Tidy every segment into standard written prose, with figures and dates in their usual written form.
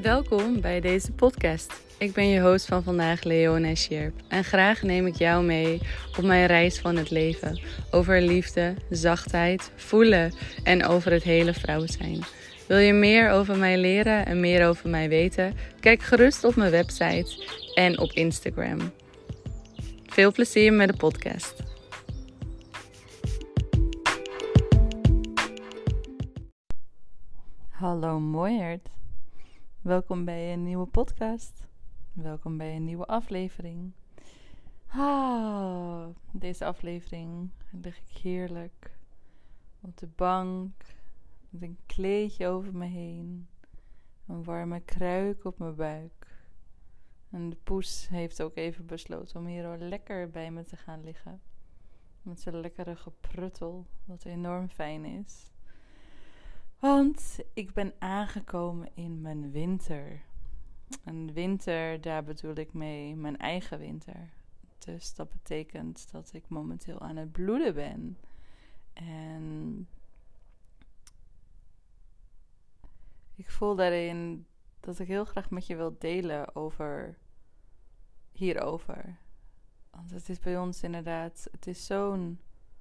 Welkom bij deze podcast. Ik ben je host van vandaag, Leona Sjerp. En graag neem ik jou mee op mijn reis van het leven. Over liefde, zachtheid, voelen en over het hele vrouw zijn. Wil je meer over mij leren en meer over mij weten? Kijk gerust op mijn website en op Instagram. Veel plezier met de podcast. Hallo mooierd. Welkom bij een nieuwe podcast. Welkom bij een nieuwe aflevering. Deze aflevering lig ik heerlijk op de bank met een kleedje over me heen. Een warme kruik op mijn buik. En de poes heeft ook even besloten om hier al lekker bij me te gaan liggen. Met zijn lekkere gepruttel, wat enorm fijn is. Want ik ben aangekomen in mijn winter. En winter, daar bedoel ik mee mijn eigen winter. Dus dat betekent dat ik momenteel aan het bloeden ben. En ik voel daarin dat ik heel graag met je wil delen hierover. Want het is bij ons inderdaad, het is zo'n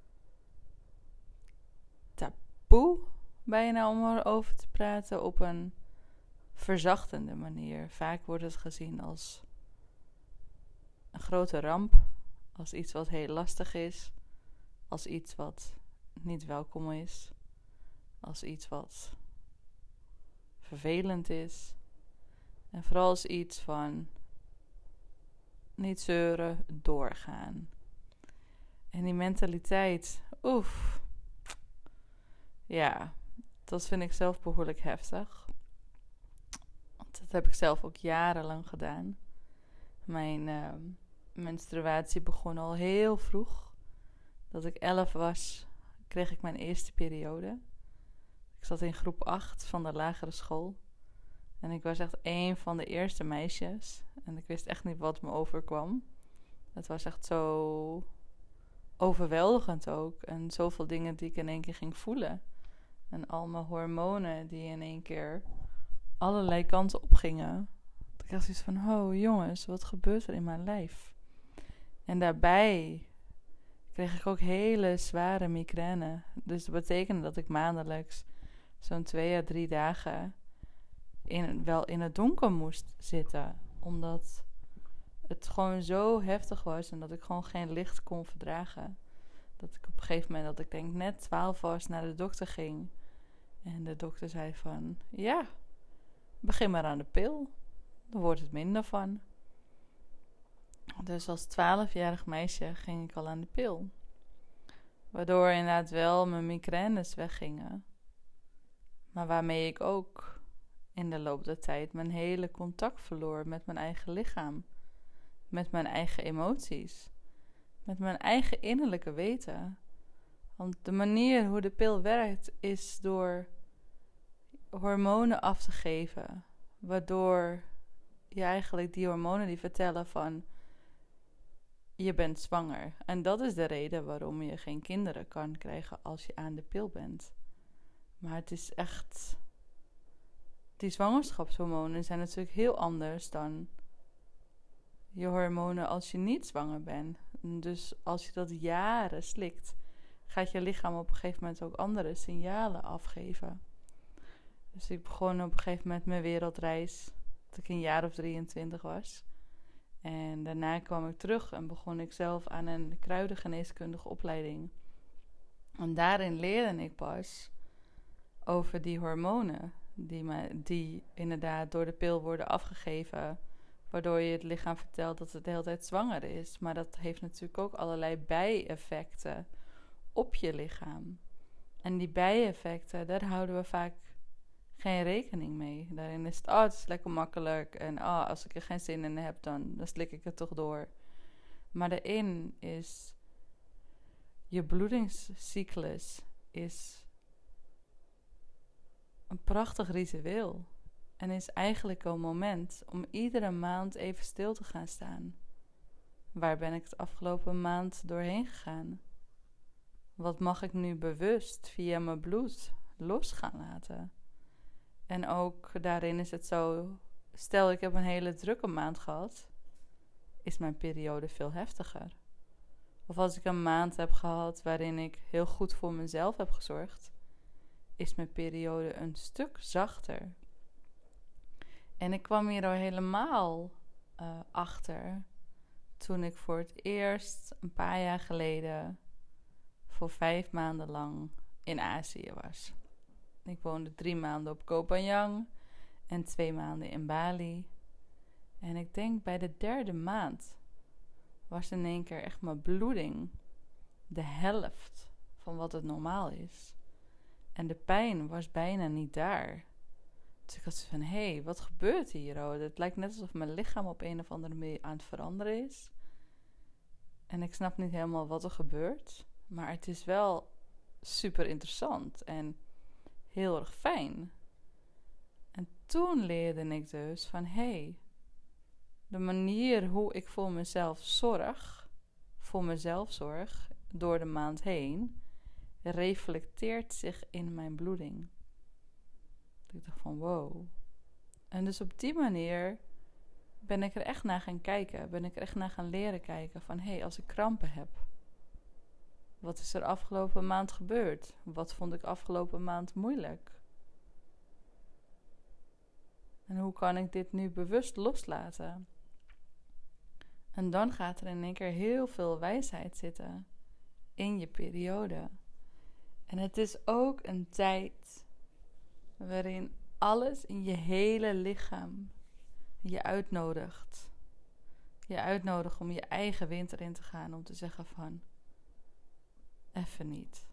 taboe bijna om erover te praten op een verzachtende manier. Vaak wordt het gezien als een grote ramp, als iets wat heel lastig is, als iets wat niet welkom is, als iets wat vervelend is. En vooral als iets van niet zeuren, doorgaan. En die mentaliteit, ja, dat vind ik zelf behoorlijk heftig. Want dat heb ik zelf ook jarenlang gedaan. Mijn menstruatie begon al heel vroeg. Dat ik 11 was, kreeg ik mijn eerste periode. Ik zat in groep 8 van de lagere school. En ik was echt een van de eerste meisjes. En ik wist echt niet wat me overkwam. Het was echt zo overweldigend ook. En zoveel dingen die ik in één keer ging voelen. En al mijn hormonen die in één keer allerlei kanten opgingen. Ik dacht zoiets van, oh jongens, wat gebeurt er in mijn lijf? En daarbij kreeg ik ook hele zware migraine. Dus dat betekende dat ik maandelijks zo'n 2 à 3 dagen wel in het donker moest zitten. Omdat het gewoon zo heftig was en dat ik gewoon geen licht kon verdragen. Dat ik op een gegeven moment, dat ik denk net 12 was, naar de dokter ging. En de dokter zei van, ja, begin maar aan de pil. Dan wordt het minder van. Dus als 12-jarig meisje ging ik al aan de pil. Waardoor inderdaad wel mijn migraines weggingen. Maar waarmee ik ook in de loop der tijd mijn hele contact verloor met mijn eigen lichaam. Met mijn eigen emoties. Met mijn eigen innerlijke weten. Want de manier hoe de pil werkt is door hormonen af te geven. Waardoor je eigenlijk die hormonen die vertellen van je bent zwanger. En dat is de reden waarom je geen kinderen kan krijgen als je aan de pil bent. Maar het is echt, die zwangerschapshormonen zijn natuurlijk heel anders dan je hormonen als je niet zwanger bent. Dus als je dat jaren slikt, gaat je lichaam op een gegeven moment ook andere signalen afgeven. Dus ik begon op een gegeven moment mijn wereldreis, dat ik een jaar of 23 was. En daarna kwam ik terug en begon ik zelf aan een kruidengeneeskundige opleiding. En daarin leerde ik pas over die hormonen die inderdaad door de pil worden afgegeven, waardoor je het lichaam vertelt dat het de hele tijd zwanger is. Maar dat heeft natuurlijk ook allerlei bijeffecten op je lichaam. En die bijeffecten, daar houden we vaak geen rekening mee. Daarin is het is lekker makkelijk. En als ik er geen zin in heb, dan slik ik het toch door. Maar daarin is je bloedingscyclus is een prachtig ritueel. En is eigenlijk een moment om iedere maand even stil te gaan staan. Waar ben ik het afgelopen maand doorheen gegaan? Wat mag ik nu bewust via mijn bloed los gaan laten? En ook daarin is het zo stel ik heb een hele drukke maand gehad, is mijn periode veel heftiger. Of als ik een maand heb gehad waarin ik heel goed voor mezelf heb gezorgd, is mijn periode een stuk zachter. En ik kwam hier al helemaal achter toen ik voor het eerst een paar jaar geleden voor 5 maanden lang in Azië was. Ik woonde 3 maanden op Koh Phangan en 2 maanden in Bali. En ik denk bij de 3e maand was in één keer echt mijn bloeding de helft van wat het normaal is. En de pijn was bijna niet daar. Dus ik had zo van, hé, wat gebeurt hier? Oh? Het lijkt net alsof mijn lichaam op een of andere manier aan het veranderen is. En ik snap niet helemaal wat er gebeurt. Maar het is wel super interessant en heel erg fijn. En toen leerde ik dus van, hé, de manier hoe ik voor mezelf zorg door de maand heen, reflecteert zich in mijn bloeding. Ik dacht van, wow. En dus op die manier ben ik er echt naar gaan kijken. Ben ik er echt naar gaan leren kijken van, hé, als ik krampen heb, wat is er afgelopen maand gebeurd? Wat vond ik afgelopen maand moeilijk? En hoe kan ik dit nu bewust loslaten? En dan gaat er in één keer heel veel wijsheid zitten in je periode. En het is ook een tijd waarin alles in je hele lichaam je uitnodigt. Je uitnodigt om je eigen winter in te gaan. Om te zeggen van, even niet.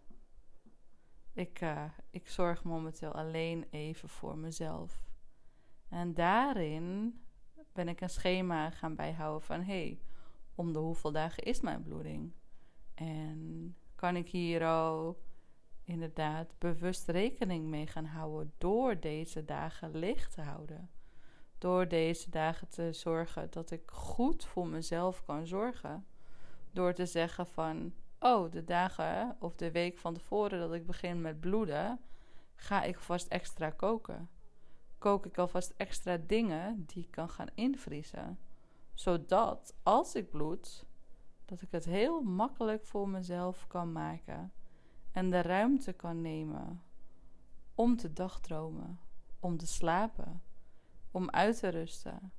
Ik zorg momenteel alleen even voor mezelf. En daarin ben ik een schema gaan bijhouden van, hé, om de hoeveel dagen is mijn bloeding? En kan ik hier al inderdaad bewust rekening mee gaan houden door deze dagen leeg te houden. Door deze dagen te zorgen dat ik goed voor mezelf kan zorgen. Door te zeggen van, oh, de dagen of de week van tevoren dat ik begin met bloeden, ga ik vast extra koken. Kook ik alvast extra dingen die ik kan gaan invriezen. Zodat, als ik bloed, dat ik het heel makkelijk voor mezelf kan maken. En de ruimte kan nemen om te dagdromen, om te slapen, om uit te rusten.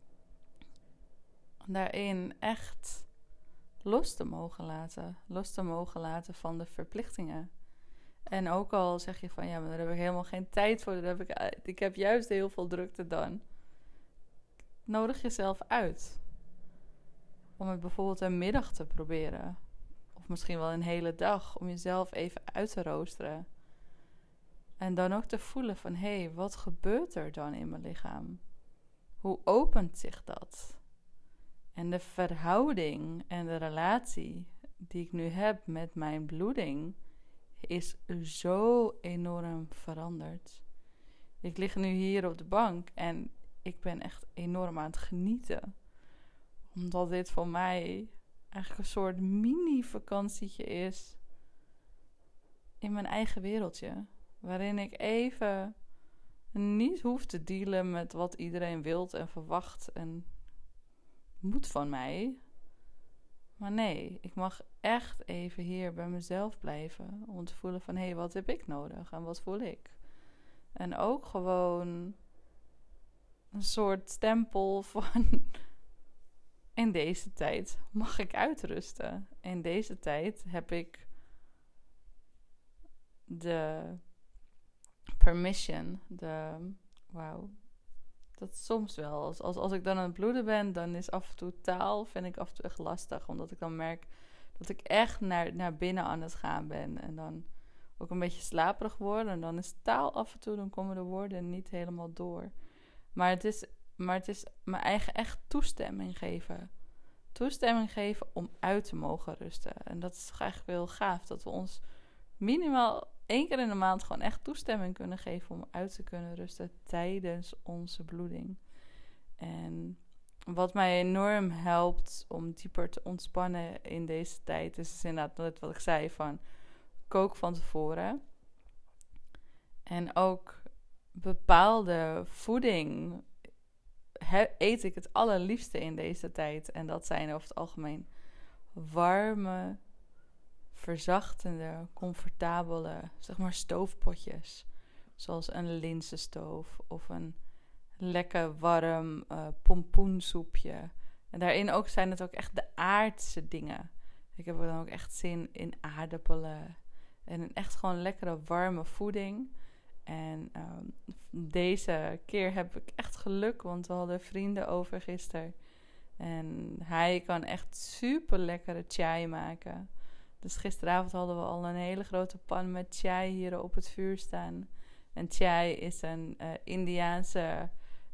Daarin echt los te mogen laten van de verplichtingen. En ook al zeg je van, ja, maar daar heb ik helemaal geen tijd voor, ik heb juist heel veel drukte dan. Nodig jezelf uit om het bijvoorbeeld een middag te proberen. Of misschien wel een hele dag, om jezelf even uit te roosteren. En dan ook te voelen van, hé, wat gebeurt er dan in mijn lichaam? Hoe opent zich dat? En de verhouding en de relatie die ik nu heb met mijn bloeding is zo enorm veranderd. Ik lig nu hier op de bank en ik ben echt enorm aan het genieten. Omdat dit voor mij eigenlijk een soort mini-vakantietje is in mijn eigen wereldje. Waarin ik even niet hoef te dealen met wat iedereen wilt en verwacht en moet van mij. Maar nee, ik mag echt even hier bij mezelf blijven. Om te voelen van, hé, wat heb ik nodig en wat voel ik? En ook gewoon een soort stempel van, in deze tijd mag ik uitrusten. In deze tijd heb ik de permission, dat soms wel. Als ik dan aan het bloeden ben, dan is af en toe taal, vind ik af en toe echt lastig. Omdat ik dan merk dat ik echt naar binnen aan het gaan ben. En dan ook een beetje slaperig word. En dan is taal af en toe, dan komen de woorden niet helemaal door. Maar het is mijn eigen echt toestemming geven. Toestemming geven om uit te mogen rusten. En dat is eigenlijk heel gaaf. Dat we ons minimaal 1 keer in de maand gewoon echt toestemming kunnen geven om uit te kunnen rusten tijdens onze bloeding. En wat mij enorm helpt om dieper te ontspannen in deze tijd is inderdaad net wat ik zei van kook van tevoren. En ook bepaalde voeding eet ik het allerliefste in deze tijd. En dat zijn over het algemeen warme, verzachtende, comfortabele, zeg maar stoofpotjes. Zoals een linzenstoof of een lekker warm pompoensoepje. En daarin ook zijn het ook echt de aardse dingen. Ik heb dan ook echt zin in aardappelen. En een echt gewoon lekkere warme voeding. En deze keer heb ik echt geluk, want we hadden vrienden over gisteren. En hij kan echt super lekkere chai maken. Dus gisteravond hadden we al een hele grote pan met chai hier op het vuur staan. En chai is een Indiaanse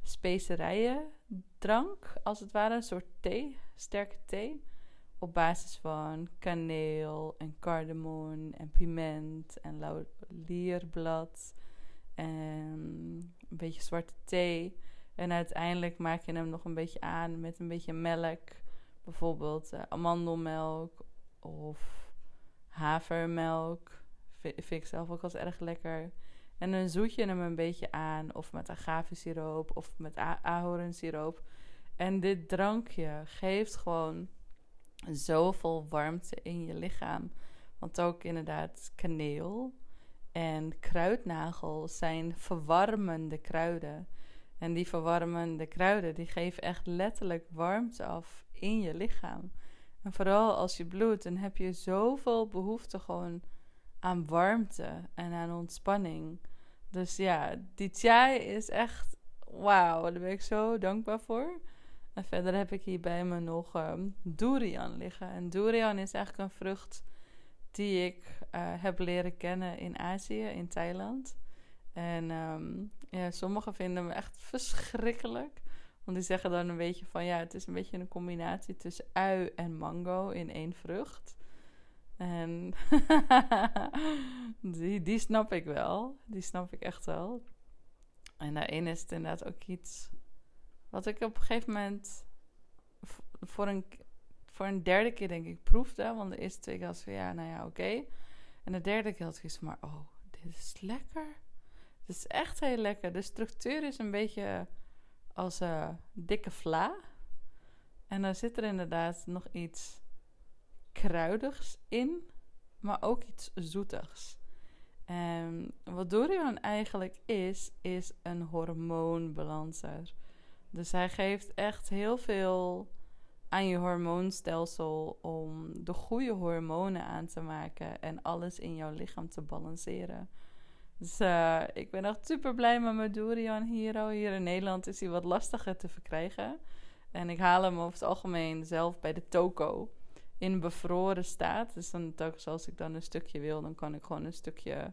specerijen-drank, als het ware. Een soort thee, sterke thee. Op basis van kaneel en cardamom en piment en laurierblad. En een beetje zwarte thee. En uiteindelijk maak je hem nog een beetje aan met een beetje melk. Bijvoorbeeld amandelmelk of havermelk. Vind ik zelf ook als erg lekker. En dan zoet je hem een beetje aan. Of met agavesiroop of met ahornsiroop. En dit drankje geeft gewoon zoveel warmte in je lichaam. Want ook inderdaad kaneel en kruidnagel zijn verwarmende kruiden. En die verwarmende kruiden, die geven echt letterlijk warmte af in je lichaam. En vooral als je bloedt, dan heb je zoveel behoefte gewoon aan warmte en aan ontspanning. Dus ja, die chai is echt, wauw, daar ben ik zo dankbaar voor. En verder heb ik hier bij me nog durian liggen. En durian is eigenlijk een vrucht die ik heb leren kennen in Azië, in Thailand. En sommigen vinden me echt verschrikkelijk. Want die zeggen dan een beetje van, ja, het is een beetje een combinatie tussen ui en mango in één vrucht. En die snap ik wel. Die snap ik echt wel. En daarin is het inderdaad ook iets wat ik op een gegeven moment voor een derde keer denk ik proefde. Want de eerste 2 keer was van ja, nou ja, oké. En de derde keer had ik zoiets van, maar oh, dit is lekker. Dit is echt heel lekker. De structuur is een beetje als dikke vla. En dan zit er inderdaad nog iets kruidigs in, maar ook iets zoetigs. En wat durian eigenlijk is een hormoonbalancer. Dus hij geeft echt heel veel aan je hormoonstelsel om de goede hormonen aan te maken en alles in jouw lichaam te balanceren. Dus ik ben echt super blij met mijn durian hier. Hier in Nederland is hij wat lastiger te verkrijgen. En ik haal hem over het algemeen zelf bij de toko in bevroren staat. Dus dan telkens als ik dan een stukje wil, dan kan ik gewoon een stukje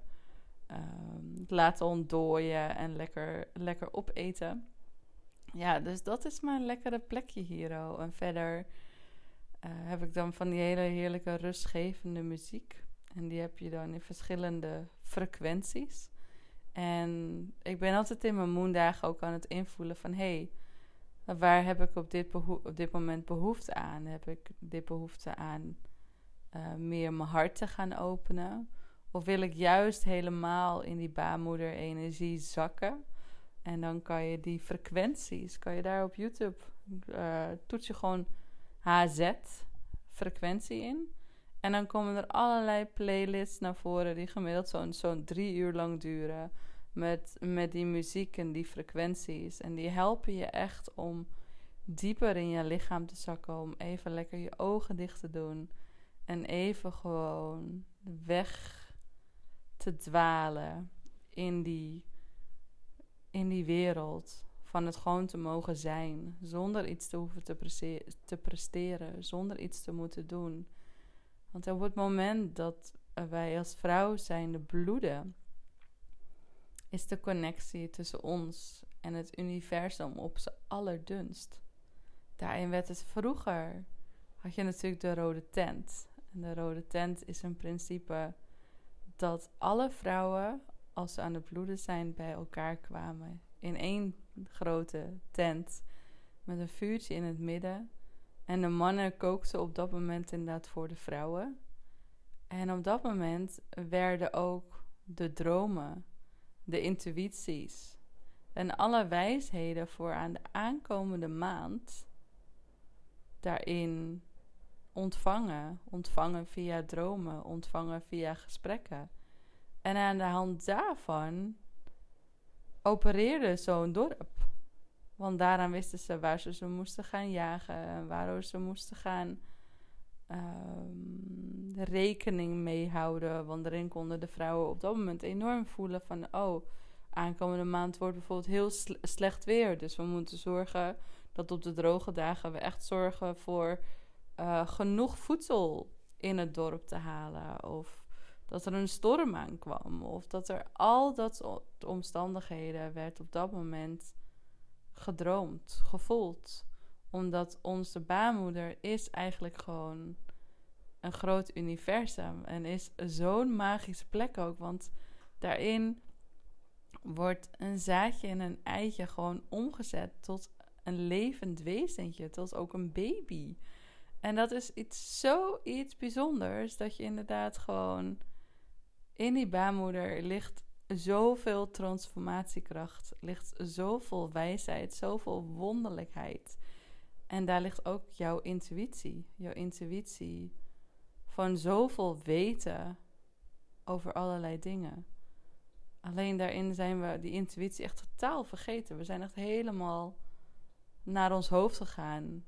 laten ontdooien en lekker opeten. Ja, dus dat is mijn lekkere plekje hier. En verder heb ik dan van die hele heerlijke rustgevende muziek. En die heb je dan in verschillende frequenties. En ik ben altijd in mijn moondagen ook aan het invoelen van hey, waar heb ik op dit moment behoefte aan? Heb ik dit behoefte aan meer mijn hart te gaan openen? Of wil ik juist helemaal in die baarmoeder-energie zakken? En dan kan je die frequenties, kan je daar op YouTube, toets je gewoon HZ, frequentie in. En dan komen er allerlei playlists naar voren die gemiddeld zo'n 3 uur lang duren. Met die muziek en die frequenties. En die helpen je echt om dieper in je lichaam te zakken. Om even lekker je ogen dicht te doen. En even gewoon weg te dwalen in die wereld. Van het gewoon te mogen zijn. Zonder iets te hoeven te presteren. Zonder iets te moeten doen. Want op het moment dat wij als vrouw zijnde bloeden, is de connectie tussen ons en het universum op z'n allerdunst. Daarin werd het vroeger, had je natuurlijk de rode tent. En de rode tent is een principe dat alle vrouwen, als ze aan het bloeden zijn, bij elkaar kwamen. In één grote tent met een vuurtje in het midden. En de mannen kookten op dat moment inderdaad voor de vrouwen. En op dat moment werden ook de dromen, de intuïties En alle wijsheden voor aan de aankomende maand daarin ontvangen. Ontvangen via dromen, ontvangen via gesprekken. En aan de hand daarvan opereerde zo'n dorp. Want daaraan wisten ze waar ze moesten gaan jagen. En waar ze moesten gaan rekening mee houden. Want daarin konden de vrouwen op dat moment enorm voelen van... aankomende maand wordt bijvoorbeeld heel slecht weer. Dus we moeten zorgen dat op de droge dagen we echt zorgen voor genoeg voedsel in het dorp te halen. Of dat er een storm aankwam. Of dat er al dat soort omstandigheden werd op dat moment gedroomd, gevoeld. Omdat onze baarmoeder is eigenlijk gewoon een groot universum. En is zo'n magische plek ook. Want daarin wordt een zaadje en een eitje gewoon omgezet tot een levend wezentje. Tot ook een baby. En dat is zoiets bijzonders. Dat je inderdaad gewoon... In die baarmoeder ligt zoveel transformatiekracht. Ligt zoveel wijsheid. Zoveel wonderlijkheid. En daar ligt ook jouw intuïtie. Jouw intuïtie van zoveel weten over allerlei dingen. Alleen daarin zijn we die intuïtie echt totaal vergeten. We zijn echt helemaal naar ons hoofd gegaan.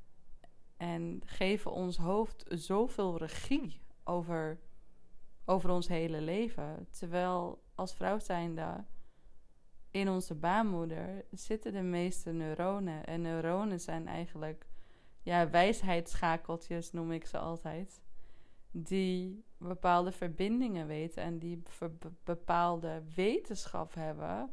En geven ons hoofd zoveel regie over ons hele leven. Terwijl als vrouw zijnde in onze baarmoeder zitten de meeste neuronen. En neuronen zijn eigenlijk wijsheidsschakeltjes, noem ik ze altijd. Die bepaalde verbindingen weten en die bepaalde wetenschap hebben.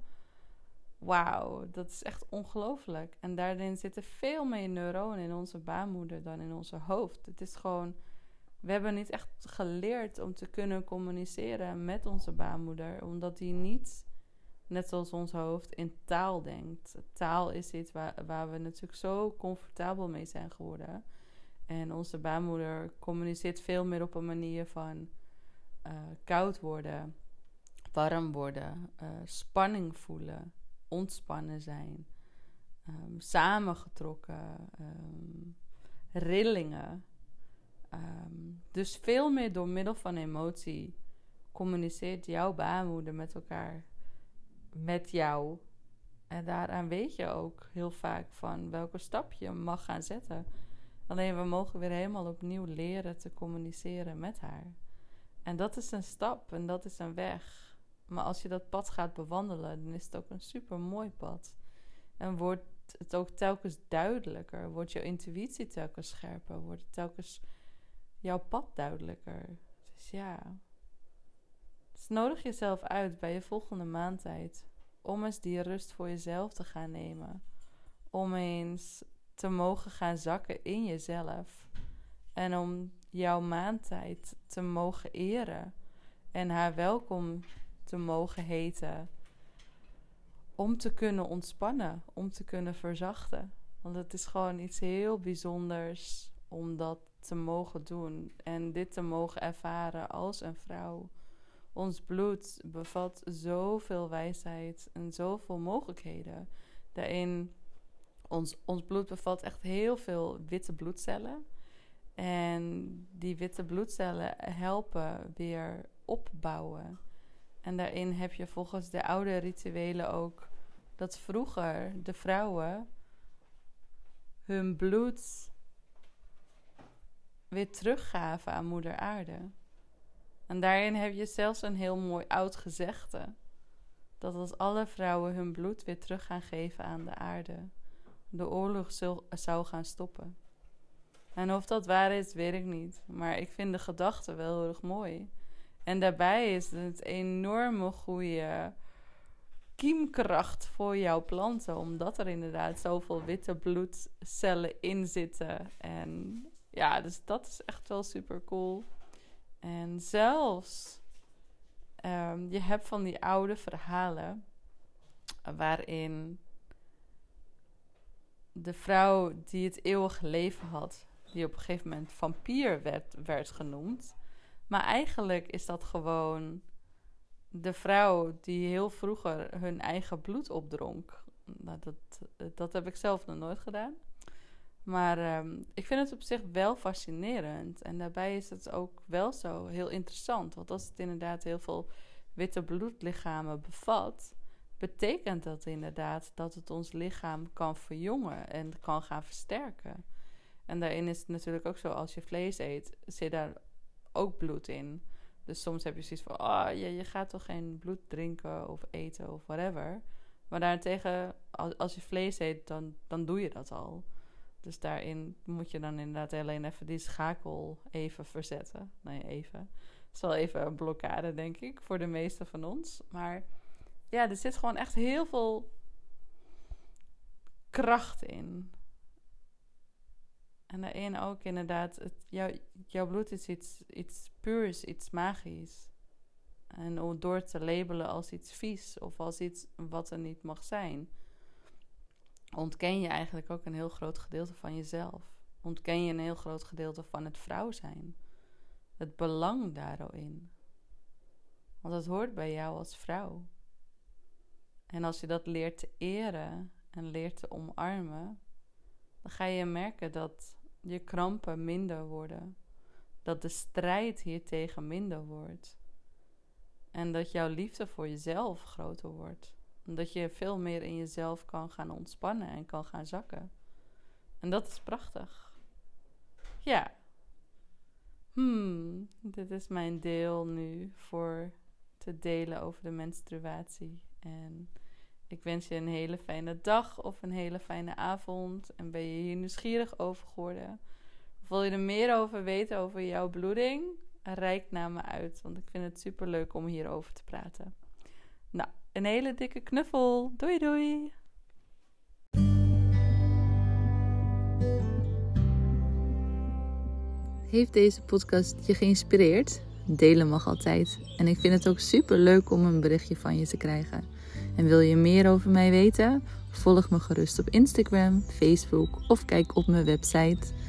Wauw, dat is echt ongelooflijk. En daarin zitten veel meer neuronen in onze baarmoeder dan in onze hoofd. Het is gewoon... We hebben niet echt geleerd om te kunnen communiceren met onze baarmoeder. Omdat die niet, net zoals ons hoofd, in taal denkt. Taal is iets waar we natuurlijk zo comfortabel mee zijn geworden. En onze baarmoeder communiceert veel meer op een manier van koud worden, warm worden, spanning voelen, ontspannen zijn, samengetrokken, rillingen. Dus veel meer door middel van emotie communiceert jouw baarmoeder met elkaar, met jou. En daaraan weet je ook heel vaak van welke stap je mag gaan zetten. Alleen we mogen weer helemaal opnieuw leren te communiceren met haar. En dat is een stap en dat is een weg. Maar als je dat pad gaat bewandelen, dan is het ook een super mooi pad. En wordt het ook telkens duidelijker. Wordt jouw intuïtie telkens scherper. Wordt het telkens jouw pad duidelijker. Dus ja. Dus nodig jezelf uit bij je volgende maandtijd. Om eens die rust voor jezelf te gaan nemen. Om eens te mogen gaan zakken in jezelf. En om jouw maandtijd te mogen eren. En haar welkom te mogen heten. Om te kunnen ontspannen. Om te kunnen verzachten. Want het is gewoon iets heel bijzonders om dat te mogen doen. En dit te mogen ervaren als een vrouw. Ons bloed bevat zoveel wijsheid en zoveel mogelijkheden. Daarin, ons bloed bevat echt heel veel witte bloedcellen. En die witte bloedcellen helpen weer opbouwen. En daarin heb je volgens de oude rituelen ook dat vroeger de vrouwen hun bloed weer teruggaven aan moeder aarde. En daarin heb je zelfs een heel mooi oud gezegde. Dat als alle vrouwen hun bloed weer terug gaan geven aan de aarde, de oorlog zou gaan stoppen. En of dat waar is, weet ik niet. Maar ik vind de gedachte wel heel erg mooi. En daarbij is het een enorme goede kiemkracht voor jouw planten. Omdat er inderdaad zoveel witte bloedcellen in zitten. En ja, dus dat is echt wel super cool. En zelfs, je hebt van die oude verhalen waarin de vrouw die het eeuwige leven had, die op een gegeven moment vampier werd genoemd. Maar eigenlijk is dat gewoon de vrouw die heel vroeger hun eigen bloed opdronk. Nou, dat heb ik zelf nog nooit gedaan. Maar ik vind het op zich wel fascinerend. En daarbij is het ook wel zo heel interessant. Want als het inderdaad heel veel witte bloedlichamen bevat, betekent dat inderdaad dat het ons lichaam kan verjongen en kan gaan versterken. En daarin is het natuurlijk ook zo, als je vlees eet, zit daar ook bloed in. Dus soms heb je zoiets van, je gaat toch geen bloed drinken of eten of whatever. Maar daarentegen, als je vlees eet, dan doe je dat al. Dus daarin moet je dan inderdaad alleen even die schakel even verzetten. Nee, even. Het is wel even een blokkade, denk ik, voor de meeste van ons. Maar ja, er zit gewoon echt heel veel kracht in. En daarin ook inderdaad, jouw bloed is iets puurs, iets magisch. En door het te labelen als iets vies of als iets wat er niet mag zijn, ontken je eigenlijk ook een heel groot gedeelte van jezelf. Ontken je een heel groot gedeelte van het vrouw zijn. Het belang daarin. Want het hoort bij jou als vrouw. En als je dat leert te eren en leert te omarmen, dan ga je merken dat je krampen minder worden. Dat de strijd hiertegen minder wordt. En dat jouw liefde voor jezelf groter wordt. Dat je veel meer in jezelf kan gaan ontspannen en kan gaan zakken. En dat is prachtig. Ja. Dit is mijn deel nu voor te delen over de menstruatie. En ik wens je een hele fijne dag of een hele fijne avond. En ben je hier nieuwsgierig over geworden? Of wil je er meer over weten over jouw bloeding? Reik naar me uit, want ik vind het super leuk om hierover te praten. Nou, een hele dikke knuffel. Doei doei! Heeft deze podcast je geïnspireerd? Delen mag altijd. En ik vind het ook super leuk om een berichtje van je te krijgen. En wil je meer over mij weten? Volg me gerust op Instagram, Facebook of kijk op mijn website